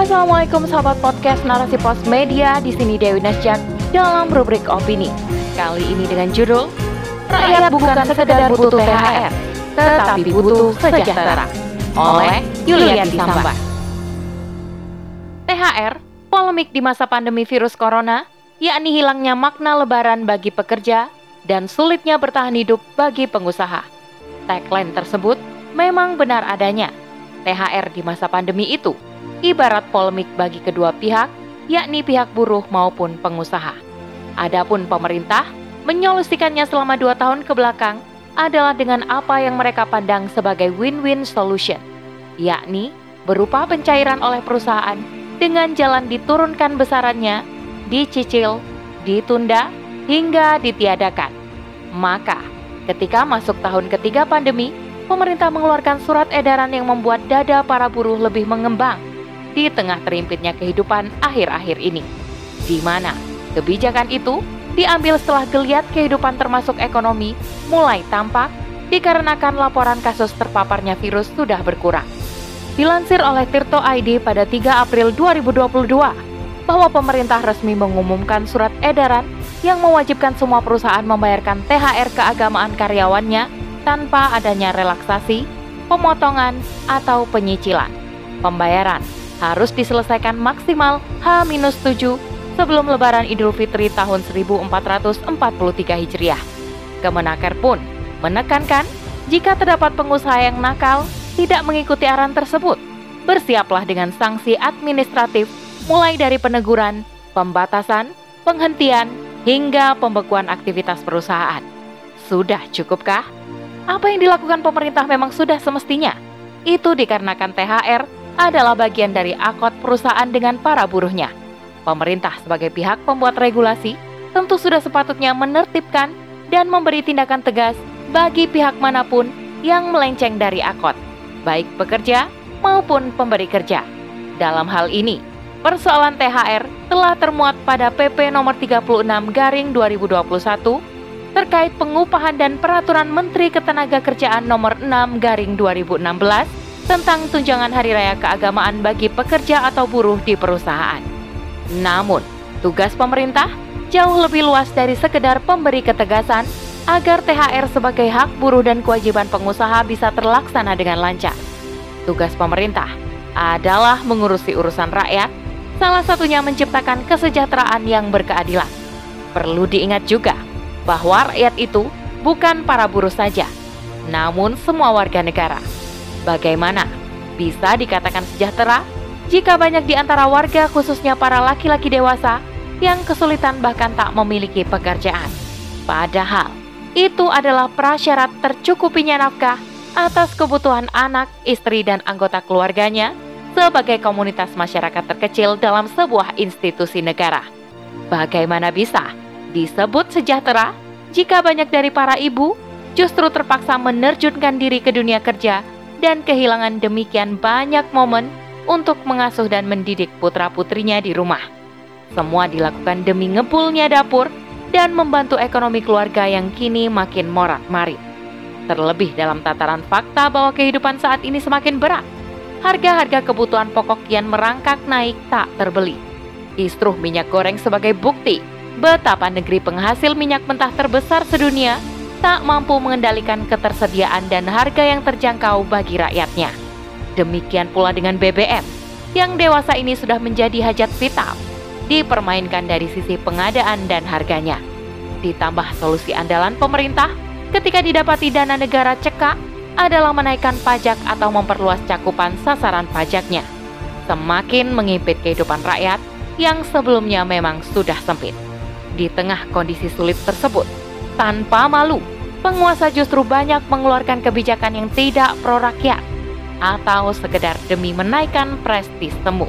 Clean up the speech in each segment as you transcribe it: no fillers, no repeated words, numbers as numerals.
Assalamualaikum sahabat podcast Narasi Pos Media, di sini Dewi Nasjak dalam rubrik opini. Kali ini dengan judul Rakyat bukan sekedar butuh THR, tetapi butuh sejahtera, oleh Yulianti Samba. THR, polemik di masa pandemi virus corona, yakni hilangnya makna lebaran bagi pekerja dan sulitnya bertahan hidup bagi pengusaha. Tagline tersebut memang benar adanya. THR di masa pandemi itu ibarat polemik bagi kedua pihak, yakni pihak buruh maupun pengusaha. Adapun pemerintah menyolusikannya selama 2 tahun ke belakang adalah dengan apa yang mereka pandang sebagai win-win solution, yakni berupa pencairan oleh perusahaan dengan jalan diturunkan besarannya, dicicil, ditunda, hingga ditiadakan. Maka, ketika masuk tahun ketiga pandemi, pemerintah mengeluarkan surat edaran yang membuat dada para buruh lebih mengembang di tengah terimpitnya kehidupan akhir-akhir ini, di mana kebijakan itu diambil setelah geliat kehidupan termasuk ekonomi mulai tampak dikarenakan laporan kasus terpaparnya virus sudah berkurang. Dilansir oleh Tirto ID pada 3 April 2022, bahwa pemerintah resmi mengumumkan surat edaran yang mewajibkan semua perusahaan membayarkan THR keagamaan karyawannya tanpa adanya relaksasi, pemotongan, atau penyicilan. Pembayaran harus diselesaikan maksimal H-7 sebelum Lebaran Idul Fitri tahun 1443 Hijriah. Kemenaker pun menekankan jika terdapat pengusaha yang nakal tidak mengikuti arahan tersebut, bersiaplah dengan sanksi administratif mulai dari peneguran, pembatasan, penghentian, hingga pembekuan aktivitas perusahaan. Sudah cukupkah? Apa yang dilakukan pemerintah memang sudah semestinya. Itu dikarenakan THR adalah bagian dari akord perusahaan dengan para buruhnya. Pemerintah sebagai pihak pembuat regulasi tentu sudah sepatutnya menertibkan dan memberi tindakan tegas bagi pihak manapun yang melenceng dari akord, baik pekerja maupun pemberi kerja. Dalam hal ini, persoalan THR telah termuat pada PP nomor 36/2021 terkait pengupahan dan peraturan Menteri Ketenagakerjaan nomor 6/2016 tentang tunjangan hari raya keagamaan bagi pekerja atau buruh di perusahaan. Namun, tugas pemerintah jauh lebih luas dari sekedar memberi ketegasan agar THR sebagai hak buruh dan kewajiban pengusaha bisa terlaksana dengan lancar. Tugas pemerintah adalah mengurusi urusan rakyat, salah satunya menciptakan kesejahteraan yang berkeadilan. Perlu diingat juga bahwa rakyat itu bukan para buruh saja, namun semua warga negara. Bagaimana bisa dikatakan sejahtera jika banyak di antara warga, khususnya para laki-laki dewasa, yang kesulitan bahkan tak memiliki pekerjaan? Padahal itu adalah prasyarat tercukupinya nafkah atas kebutuhan anak, istri, dan anggota keluarganya sebagai komunitas masyarakat terkecil dalam sebuah institusi negara. Bagaimana bisa disebut sejahtera jika banyak dari para ibu justru terpaksa menerjunkan diri ke dunia kerja dan kehilangan demikian banyak momen untuk mengasuh dan mendidik putra-putrinya di rumah. Semua dilakukan demi ngebulnya dapur dan membantu ekonomi keluarga yang kini makin morat-marit. Terlebih dalam tataran fakta bahwa kehidupan saat ini semakin berat. Harga-harga kebutuhan pokok kian merangkak naik tak terbeli. Kisruh minyak goreng sebagai bukti betapa negeri penghasil minyak mentah terbesar sedunia tak mampu mengendalikan ketersediaan dan harga yang terjangkau bagi rakyatnya. Demikian pula dengan BBM, yang dewasa ini sudah menjadi hajat vital, dipermainkan dari sisi pengadaan dan harganya. Ditambah solusi andalan pemerintah ketika didapati dana negara cekak adalah menaikkan pajak atau memperluas cakupan sasaran pajaknya, semakin mengimpit kehidupan rakyat yang sebelumnya memang sudah sempit. Di tengah kondisi sulit tersebut, tanpa malu, penguasa justru banyak mengeluarkan kebijakan yang tidak pro rakyat atau sekedar demi menaikkan prestis semu.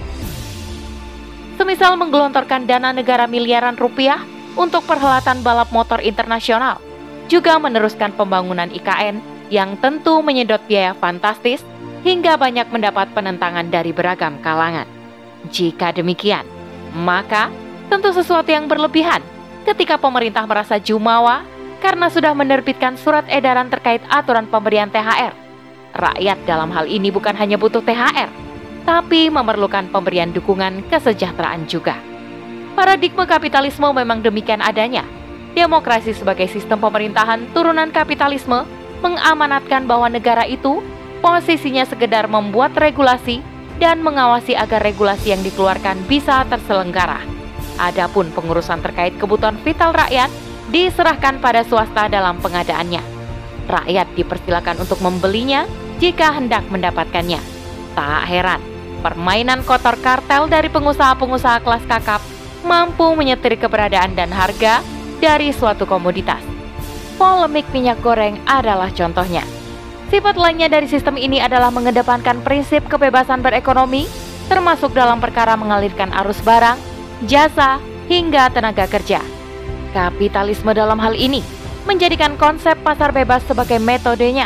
Semisal menggelontorkan dana negara miliaran rupiah untuk perhelatan balap motor internasional, juga meneruskan pembangunan IKN yang tentu menyedot biaya fantastis hingga banyak mendapat penentangan dari beragam kalangan. Jika demikian, maka tentu sesuatu yang berlebihan ketika pemerintah merasa jumawa karena sudah menerbitkan surat edaran terkait aturan pemberian THR. Rakyat dalam hal ini bukan hanya butuh THR, tapi memerlukan pemberian dukungan kesejahteraan juga. Paradigma kapitalisme memang demikian adanya. Demokrasi sebagai sistem pemerintahan turunan kapitalisme mengamanatkan bahwa negara itu posisinya sekedar membuat regulasi dan mengawasi agar regulasi yang dikeluarkan bisa terselenggara. Adapun pengurusan terkait kebutuhan vital rakyat diserahkan pada swasta dalam pengadaannya. Rakyat dipersilakan untuk membelinya jika hendak mendapatkannya. Tak heran, permainan kotor kartel dari pengusaha-pengusaha kelas kakap mampu menyetir keberadaan dan harga dari suatu komoditas. Polemik minyak goreng adalah contohnya. Sifat lainnya dari sistem ini adalah mengedepankan prinsip kebebasan berekonomi, termasuk dalam perkara mengalirkan arus barang, jasa, hingga tenaga kerja. Kapitalisme dalam hal ini menjadikan konsep pasar bebas sebagai metodenya.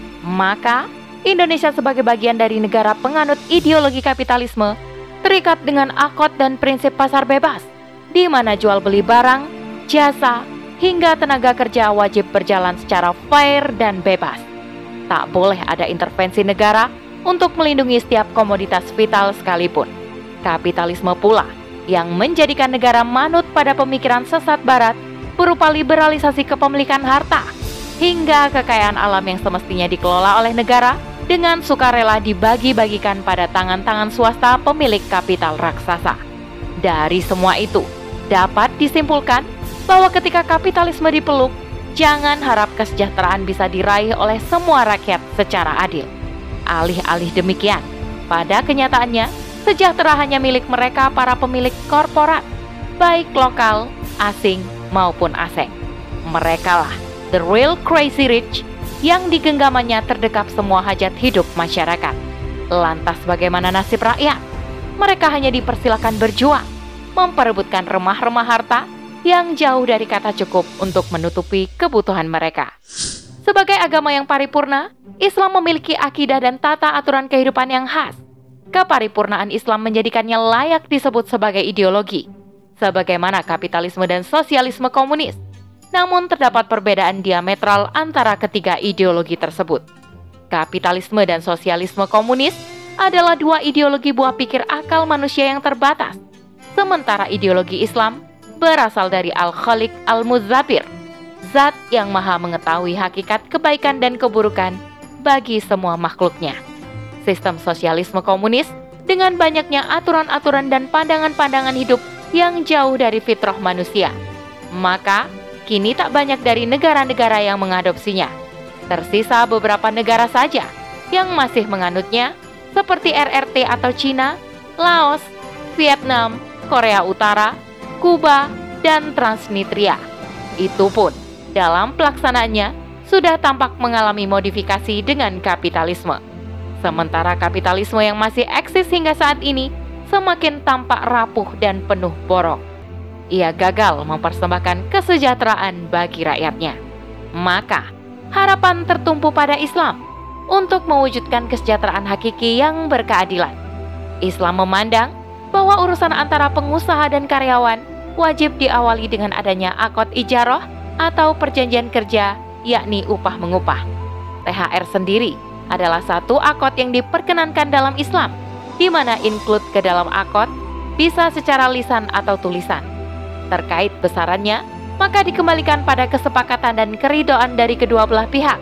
Maka, Indonesia sebagai bagian dari negara penganut ideologi kapitalisme terikat dengan akod dan prinsip pasar bebas, di mana jual beli barang, jasa, hingga tenaga kerja wajib berjalan secara fair dan bebas. Tak boleh ada intervensi negara untuk melindungi setiap komoditas vital sekalipun. Kapitalisme pula yang menjadikan negara manut pada pemikiran sesat barat berupa liberalisasi kepemilikan harta, hingga kekayaan alam yang semestinya dikelola oleh negara dengan sukarela dibagi-bagikan pada tangan-tangan swasta pemilik kapital raksasa. Dari semua itu, dapat disimpulkan bahwa ketika kapitalisme dipeluk, jangan harap kesejahteraan bisa diraih oleh semua rakyat secara adil. Alih-alih demikian, pada kenyataannya, sejahtera hanya milik mereka para pemilik korporat, baik lokal, asing, maupun asing. Merekalah the real crazy rich yang di genggamannya terdekap semua hajat hidup masyarakat. Lantas bagaimana nasib rakyat? Mereka hanya dipersilakan berjuang, memperebutkan remah-remah harta yang jauh dari kata cukup untuk menutupi kebutuhan mereka. Sebagai agama yang paripurna, Islam memiliki akidah dan tata aturan kehidupan yang khas. Keparipurnaan Islam menjadikannya layak disebut sebagai ideologi, sebagaimana kapitalisme dan sosialisme komunis. Namun terdapat perbedaan diametral antara ketiga ideologi tersebut. Kapitalisme dan sosialisme komunis adalah dua ideologi buah pikir akal manusia yang terbatas. Sementara ideologi Islam berasal dari Al-Khaliq Al-Mudzabir, zat yang maha mengetahui hakikat kebaikan dan keburukan bagi semua makhluknya. Sistem sosialisme komunis dengan banyaknya aturan-aturan dan pandangan-pandangan hidup yang jauh dari fitrah manusia. Maka, kini tak banyak dari negara-negara yang mengadopsinya. Tersisa beberapa negara saja yang masih menganutnya, seperti RRT atau Cina, Laos, Vietnam, Korea Utara, Kuba, dan Transnistria. Itu pun dalam pelaksanaannya sudah tampak mengalami modifikasi dengan kapitalisme. Sementara kapitalisme yang masih eksis hingga saat ini semakin tampak rapuh dan penuh borok. Ia gagal mempersembahkan kesejahteraan bagi rakyatnya. Maka, harapan tertumpu pada Islam untuk mewujudkan kesejahteraan hakiki yang berkeadilan. Islam memandang bahwa urusan antara pengusaha dan karyawan wajib diawali dengan adanya akad ijarah atau perjanjian kerja, yakni upah mengupah. THR sendiri adalah satu akad yang diperkenankan dalam Islam, di mana include ke dalam akad bisa secara lisan atau tulisan. Terkait besarannya, maka dikembalikan pada kesepakatan dan keridhaan dari kedua belah pihak.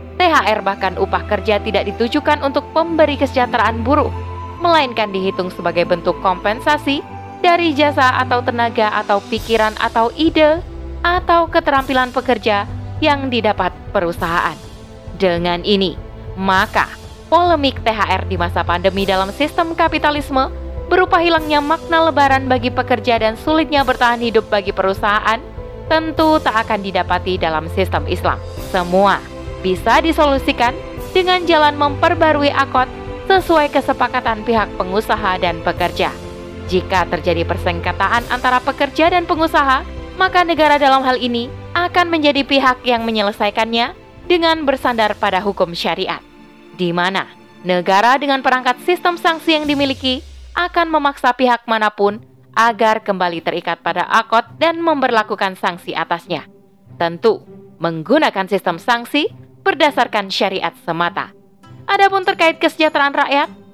THR bahkan upah kerja tidak ditujukan untuk pemberi kesejahteraan buruh, melainkan dihitung sebagai bentuk kompensasi dari jasa atau tenaga atau pikiran atau ide atau keterampilan pekerja yang didapat perusahaan. Dengan ini, maka polemik THR di masa pandemi dalam sistem kapitalisme berupa hilangnya makna lebaran bagi pekerja dan sulitnya bertahan hidup bagi perusahaan tentu tak akan didapati dalam sistem Islam. Semua bisa disolusikan dengan jalan memperbarui akad sesuai kesepakatan pihak pengusaha dan pekerja. Jika terjadi persengketaan antara pekerja dan pengusaha, maka negara dalam hal ini akan menjadi pihak yang menyelesaikannya dengan bersandar pada hukum syariat, di mana negara dengan perangkat sistem sanksi yang dimiliki akan memaksa pihak manapun agar kembali terikat pada akad dan memberlakukan sanksi atasnya. Tentu, menggunakan sistem sanksi berdasarkan syariat semata. Adapun terkait kesejahteraan rakyat,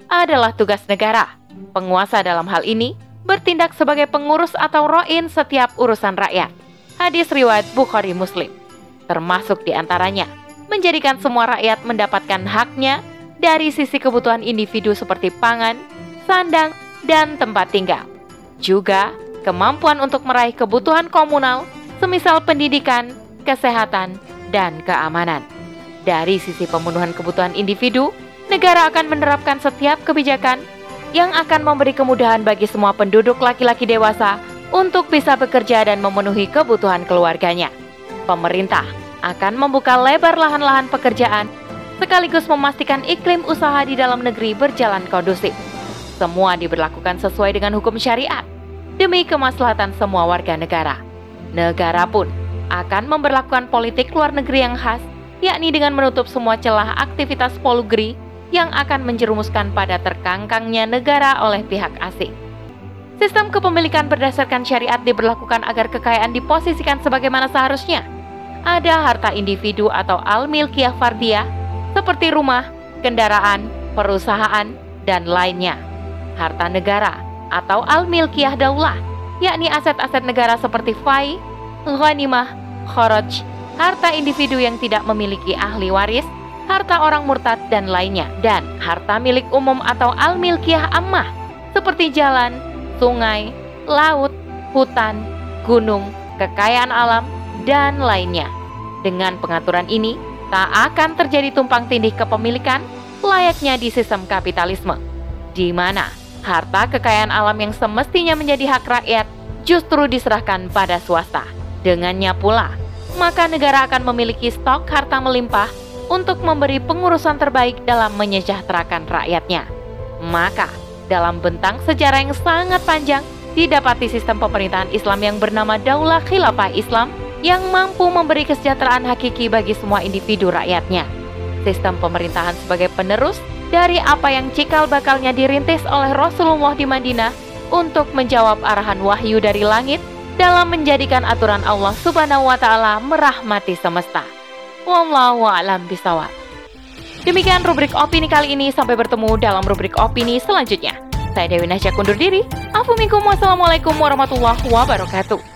adalah tugas negara. Penguasa dalam hal ini bertindak sebagai pengurus atau ro'in setiap urusan rakyat. Hadis riwayat Bukhari Muslim. Termasuk diantaranya, menjadikan semua rakyat mendapatkan haknya dari sisi kebutuhan individu seperti pangan, sandang, dan tempat tinggal. Juga kemampuan untuk meraih kebutuhan komunal, semisal pendidikan, kesehatan, dan keamanan. Dari sisi pemenuhan kebutuhan individu, negara akan menerapkan setiap kebijakan yang akan memberi kemudahan bagi semua penduduk laki-laki dewasa untuk bisa bekerja dan memenuhi kebutuhan keluarganya. Pemerintah akan membuka lebar lahan-lahan pekerjaan sekaligus memastikan iklim usaha di dalam negeri berjalan kondusif. Semua diberlakukan sesuai dengan hukum syariat demi kemaslahatan semua warga negara. Negara pun akan memberlakukan politik luar negeri yang khas, yakni dengan menutup semua celah aktivitas polugri yang akan menjerumuskan pada terkangkangnya negara oleh pihak asing. Sistem kepemilikan berdasarkan syariat diberlakukan agar kekayaan diposisikan sebagaimana seharusnya. Ada harta individu atau al-milkiyah fardiyah seperti rumah, kendaraan, perusahaan, dan lainnya. Harta negara atau al-milkiyah daulah, yakni aset-aset negara seperti fai, ghanimah, kharaj, harta individu yang tidak memiliki ahli waris, harta orang murtad, dan lainnya. Dan harta milik umum atau al-milkiyah ammah seperti jalan, sungai, laut, hutan, gunung, kekayaan alam, dan lainnya. Dengan pengaturan ini, tak akan terjadi tumpang tindih kepemilikan layaknya di sistem kapitalisme, di mana harta kekayaan alam yang semestinya menjadi hak rakyat justru diserahkan pada swasta. Dengannya pula, maka negara akan memiliki stok harta melimpah untuk memberi pengurusan terbaik dalam menyejahterakan rakyatnya. Maka, dalam bentang sejarah yang sangat panjang, didapati sistem pemerintahan Islam yang bernama Daulah Khilafah Islam yang mampu memberi kesejahteraan hakiki bagi semua individu rakyatnya. Sistem pemerintahan sebagai penerus dari apa yang cikal bakalnya dirintis oleh Rasulullah di Madinah untuk menjawab arahan wahyu dari langit dalam menjadikan aturan Allah Subhanahu wa Ta'ala merahmati semesta. Wallahu a'lam bishawab. Demikian rubrik opini kali ini. Sampai bertemu dalam rubrik opini selanjutnya. Saya Dewi Nasya undur diri. Afu minkum, wassalamualaikum warahmatullahi wabarakatuh.